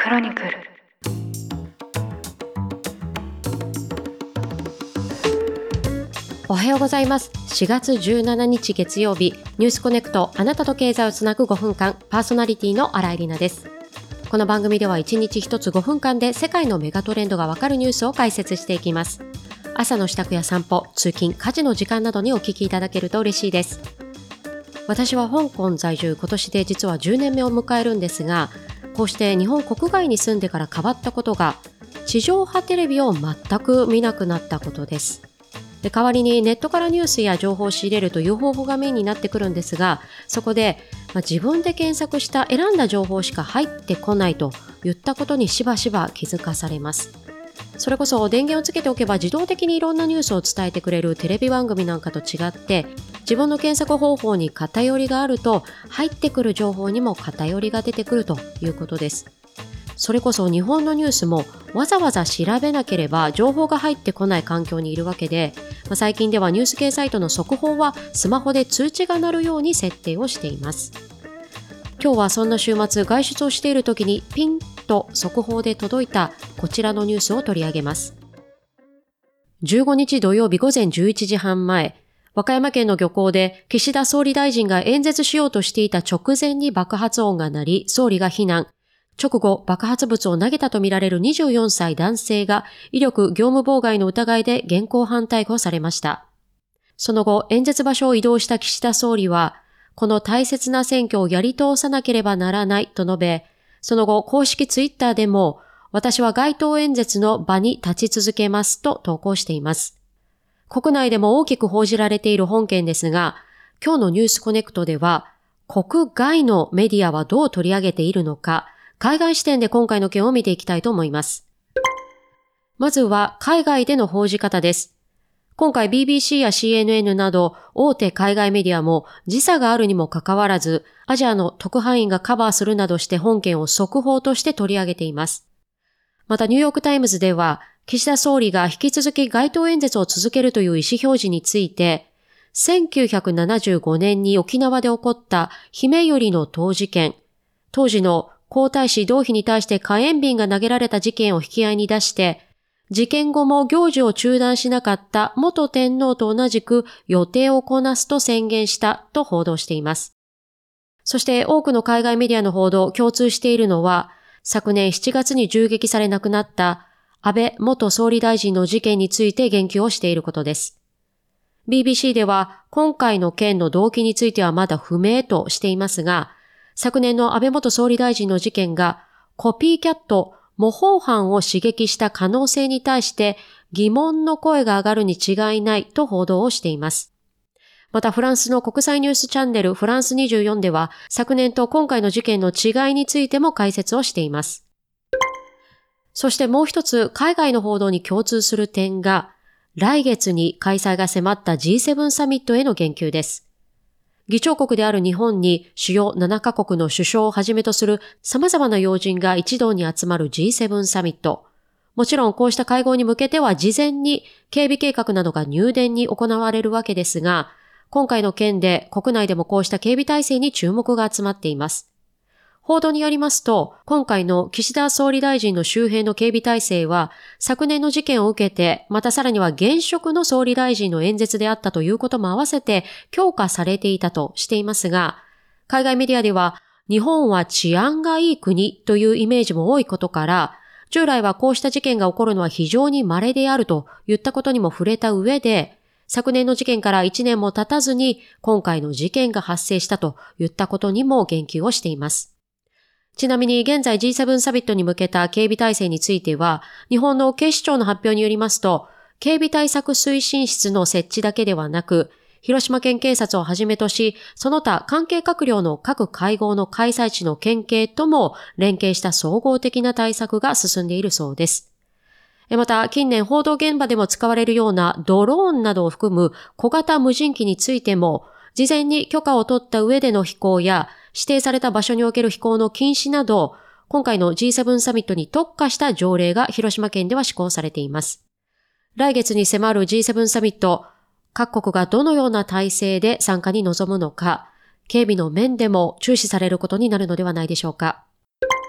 クロニクル。 おはようございます。4月17日月曜日、ニュースコネクト、あなたと経済をつなぐ5分間、パーソナリティの新井里奈です。この番組では1日1つ5分間で世界のメガトレンドがわかるニュースを解説していきます。朝の支度や散歩、通勤、家事の時間などにお聞きいただけると嬉しいです。私は香港在住、今年で実は10年目を迎えるんですが、こうして日本国外に住んでから変わったことが、地上波テレビを全く見なくなったことです。代わりにネットからニュースや情報を仕入れるという方法がメインになってくるんですが、そこで、自分で検索した選んだ情報しか入ってこないといったことにしばしば気づかされます。それこそ電源をつけておけば自動的にいろんなニュースを伝えてくれるテレビ番組なんかと違って、自分の検索方法に偏りがあると入ってくる情報にも偏りが出てくるということです。それこそ日本のニュースもわざわざ調べなければ情報が入ってこない環境にいるわけで、最近ではニュース系サイトの速報はスマホで通知が鳴るように設定をしています。今日はそんな週末外出をしている時にピンと速報で届いたこちらのニュースを取り上げます。15日土曜日午前11時半前、和歌山県の漁港で岸田総理大臣が演説しようとしていた直前に爆発音が鳴り、総理が避難。直後、爆発物を投げたとみられる24歳男性が威力業務妨害の疑いで現行犯逮捕されました。その後、演説場所を移動した岸田総理は、この大切な選挙をやり通さなければならないと述べ、その後、公式ツイッターでも、私は街頭演説の場に立ち続けますと投稿しています。国内でも大きく報じられている本件ですが、今日のニュースコネクトでは、国外のメディアはどう取り上げているのか、海外視点で今回の件を見ていきたいと思います。まずは海外での報じ方です。今回 BBC や CNN など大手海外メディアも時差があるにもかかわらず、アジアの特派員がカバーするなどして本件を速報として取り上げています。またニューヨークタイムズでは、岸田総理が引き続き街頭演説を続けるという意思表示について、1975年に沖縄で起こったひめゆりの塔事件、当時の皇太子同妃に対して火炎瓶が投げられた事件を引き合いに出して、事件後も行事を中断しなかった元天皇と同じく予定をこなすと宣言したと報道しています。そして多くの海外メディアの報道、共通しているのは、昨年7月に銃撃され亡くなった安倍元総理大臣の事件について言及をしていることです。BBC では今回の件の動機についてはまだ不明としていますが、昨年の安倍元総理大臣の事件がコピーキャット、模倣犯を刺激した可能性に対して疑問の声が上がるに違いないと報道をしています。またフランスの国際ニュースチャンネルフランス24では昨年と今回の事件の違いについても解説をしています。そしてもう一つ海外の報道に共通する点が来月に開催が迫った G7 サミットへの言及です。議長国である日本に主要7カ国の首相をはじめとする様々な要人が一堂に集まる G7 サミット。もちろんこうした会合に向けては事前に警備計画などが入念に行われるわけですが、今回の件で国内でもこうした警備体制に注目が集まっています。報道によりますと、今回の岸田総理大臣の周辺の警備体制は、昨年の事件を受けて、またさらには現職の総理大臣の演説であったということも合わせて強化されていたとしていますが、海外メディアでは、日本は治安がいい国というイメージも多いことから、従来はこうした事件が起こるのは非常に稀であるといったことにも触れた上で、昨年の事件から1年も経たずに、今回の事件が発生したといったことにも言及をしています。ちなみに現在 G7 サミットに向けた警備体制については、日本の警視庁の発表によりますと、警備対策推進室の設置だけではなく、広島県警察をはじめとし、その他関係閣僚の各会合の開催地の県警とも連携した総合的な対策が進んでいるそうです。また近年報道現場でも使われるようなドローンなどを含む小型無人機についても、事前に許可を取った上での飛行や指定された場所における飛行の禁止など、今回の G7 サミットに特化した条例が広島県では施行されています。来月に迫る G7 サミット、各国がどのような体制で参加に臨むのか、警備の面でも注視されることになるのではないでしょうか。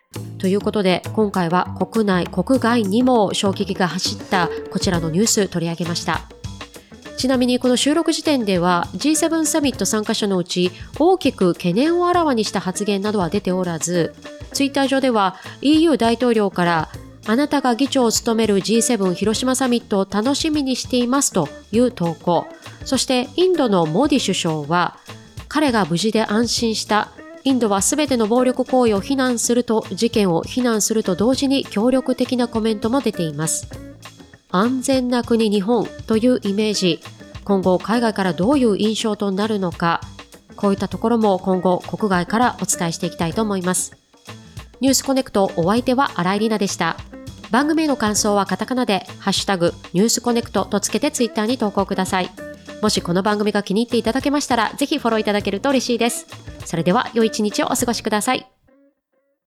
ということで、今回は国内国外にも衝撃が走ったこちらのニュース取り上げました。ちなみにこの収録時点では G7 サミット参加者のうち大きく懸念をあらわにした発言などは出ておらず、ツイッター上では EU 大統領からあなたが議長を務める G7 広島サミットを楽しみにしていますという投稿、そしてインドのモディ首相は彼が無事で安心した、インドはすべての暴力行為を非難すると事件を非難すると同時に協力的なコメントも出ています。安全な国日本というイメージ、今後海外からどういう印象となるのか、こういったところも今後国外からお伝えしていきたいと思います。ニュースコネクト、お相手は新井里奈でした。番組への感想はカタカナでハッシュタグニュースコネクトとつけてツイッターに投稿ください。もしこの番組が気に入っていただけましたら、ぜひフォローいただけると嬉しいです。それでは良い一日をお過ごしください。